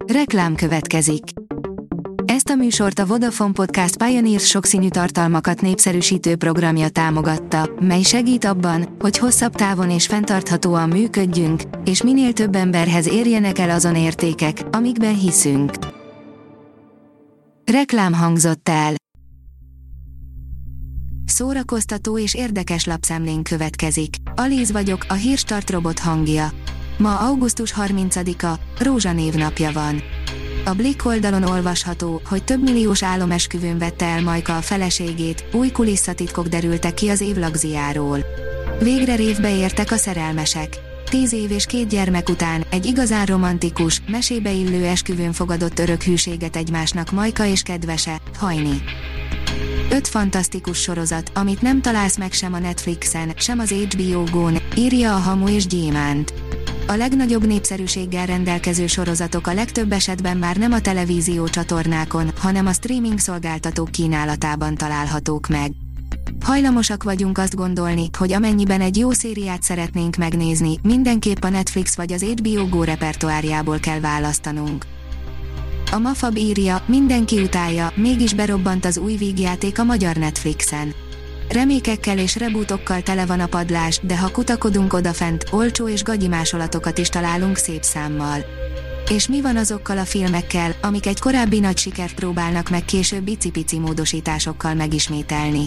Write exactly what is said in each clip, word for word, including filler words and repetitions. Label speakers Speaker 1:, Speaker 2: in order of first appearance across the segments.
Speaker 1: Reklám következik. Ezt a műsort a Vodafone Podcast Pioneers sokszínű tartalmakat népszerűsítő programja támogatta, mely segít abban, hogy hosszabb távon és fenntarthatóan működjünk, és minél több emberhez érjenek el azon értékek, amikben hiszünk. Reklám hangzott el. Szórakoztató és érdekes lapszemlén következik. Alíz vagyok, a Hírstart robot hangja. Ma augusztus harmincadika, Rózsa névnapja van. A Blick oldalon olvasható, hogy több milliós álomesküvőn vette el Majka a feleségét, új kulisszatitkok derültek ki az évlagziáról. Végre révbe értek a szerelmesek. Tíz év és két gyermek után egy igazán romantikus, mesébe illő esküvőn fogadott örök hűséget egymásnak Majka és kedvese, Hajni. Öt fantasztikus sorozat, amit nem találsz meg sem a Netflixen, sem az há bé o Go-n, írja a Hamu és Gyémánt. A legnagyobb népszerűséggel rendelkező sorozatok a legtöbb esetben már nem a televízió csatornákon, hanem a streaming szolgáltatók kínálatában találhatók meg. Hajlamosak vagyunk azt gondolni, hogy amennyiben egy jó szériát szeretnénk megnézni, mindenképp a Netflix vagy az há bé o Go repertoárjából kell választanunk. A Mafab írja, mindenki utálja, mégis berobbant az új vígjáték a magyar Netflixen. Remékekkel és rebootokkal tele van a padlás, de ha kutakodunk odafent, olcsó és gagyi másolatokat is találunk szép számmal. És mi van azokkal a filmekkel, amik egy korábbi nagy sikert próbálnak meg később icipici módosításokkal megismételni?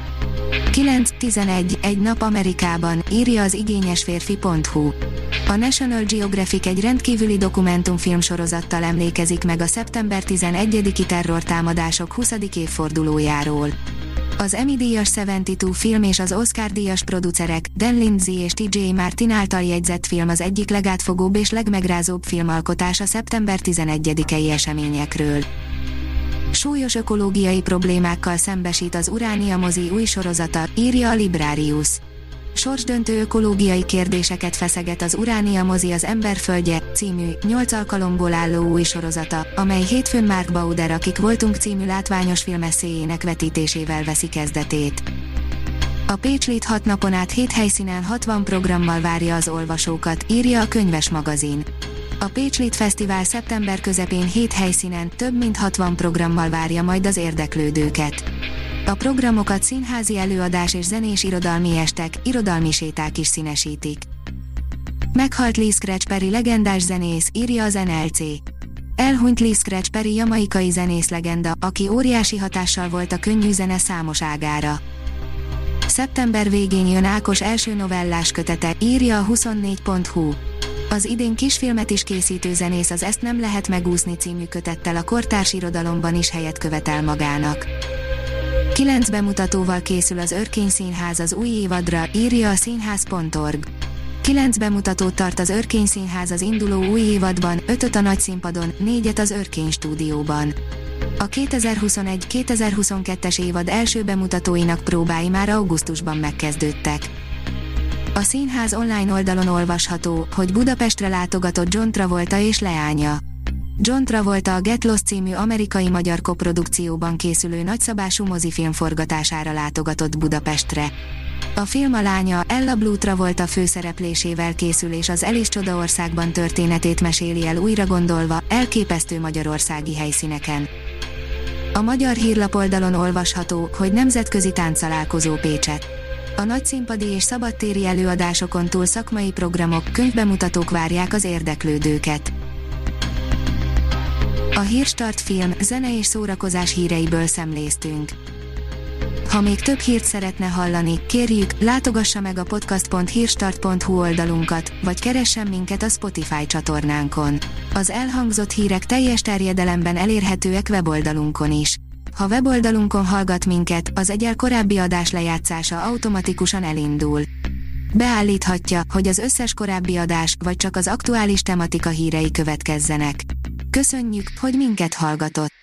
Speaker 1: kilenc tizenegy Egy nap Amerikában, írja az igényesférfi pont hu. A National Geographic egy rendkívüli dokumentumfilm sorozattal emlékezik meg a szeptember tizenegyediki terrortámadások huszadik évfordulójáról. Az Emmy-díjas hetvenkettő film és az Oscar-díjas producerek, Dan Lindsay és té jé Martin által jegyzett film az egyik legátfogóbb és legmegrázóbb filmalkotás a szeptember tizenegyedikei eseményekről. Súlyos ökológiai problémákkal szembesít az Uránia mozi új sorozata, írja a Librarius. Sorsdöntő ökológiai kérdéseket feszeget az Uránia mozi az Emberföldje című, nyolc alkalomból álló új sorozata, amely hétfőn Mark Bauder Akik voltunk című látványos filmesszéjének vetítésével veszi kezdetét. A Pécslit hat napon át hét helyszínen hatvan programmal várja az olvasókat, írja a Könyves magazin. A Pécslit Fesztivál szeptember közepén hét helyszínen, több mint hatvan programmal várja majd az érdeklődőket. A programokat színházi előadás és zenés irodalmi estek, irodalmi séták is színesítik. Meghalt Lee Scratch Perry legendás zenész, írja az en el cé. Elhunyt Lee Scratch Perry jamaikai zenész legenda, aki óriási hatással volt a könnyű zene számos ágára. Szeptember végén jön Ákos első novellás kötete, írja a huszonnégy pont hu. Az idén kisfilmet is készítő zenész az Ezt nem lehet megúszni című kötettel a kortárs irodalomban is helyet követel magának. Kilenc bemutatóval készül az Örkény Színház az új évadra, írja a színház pont org. Kilenc bemutatót tart az Örkény Színház az induló új évadban, ötöt a nagyszínpadon, négyet az Örkény stúdióban. A kétezer-huszonegy kétezer-huszonkettes évad első bemutatóinak próbái már augusztusban megkezdődtek. A színház online oldalon olvasható, hogy Budapestre látogatott John Travolta és leánya. John Travolta a Get Lost című amerikai-magyar koprodukcióban készülő nagyszabású mozifilm forgatására látogatott Budapestre. A film a lánya, Ella Blue Travolta főszereplésével készül és az Alice Csodaországban történetét meséli el újra gondolva, elképesztő magyarországi helyszíneken. A Magyar Hírlap oldalon olvasható, hogy nemzetközi tánctalálkozó Pécset. A nagyszínpadi és szabadtéri előadásokon túl szakmai programok, könyvbemutatók várják az érdeklődőket. A Hírstart film, zene és szórakozás híreiből szemléztünk. Ha még több hírt szeretne hallani, kérjük, látogassa meg a podcast pont hírstart pont hu oldalunkat, vagy keressen minket a Spotify csatornánkon. Az elhangzott hírek teljes terjedelemben elérhetőek weboldalunkon is. Ha weboldalunkon hallgat minket, az egyel korábbi adás lejátszása automatikusan elindul. Beállíthatja, hogy az összes korábbi adás, vagy csak az aktuális tematika hírei következzenek. Köszönjük, hogy minket hallgatott!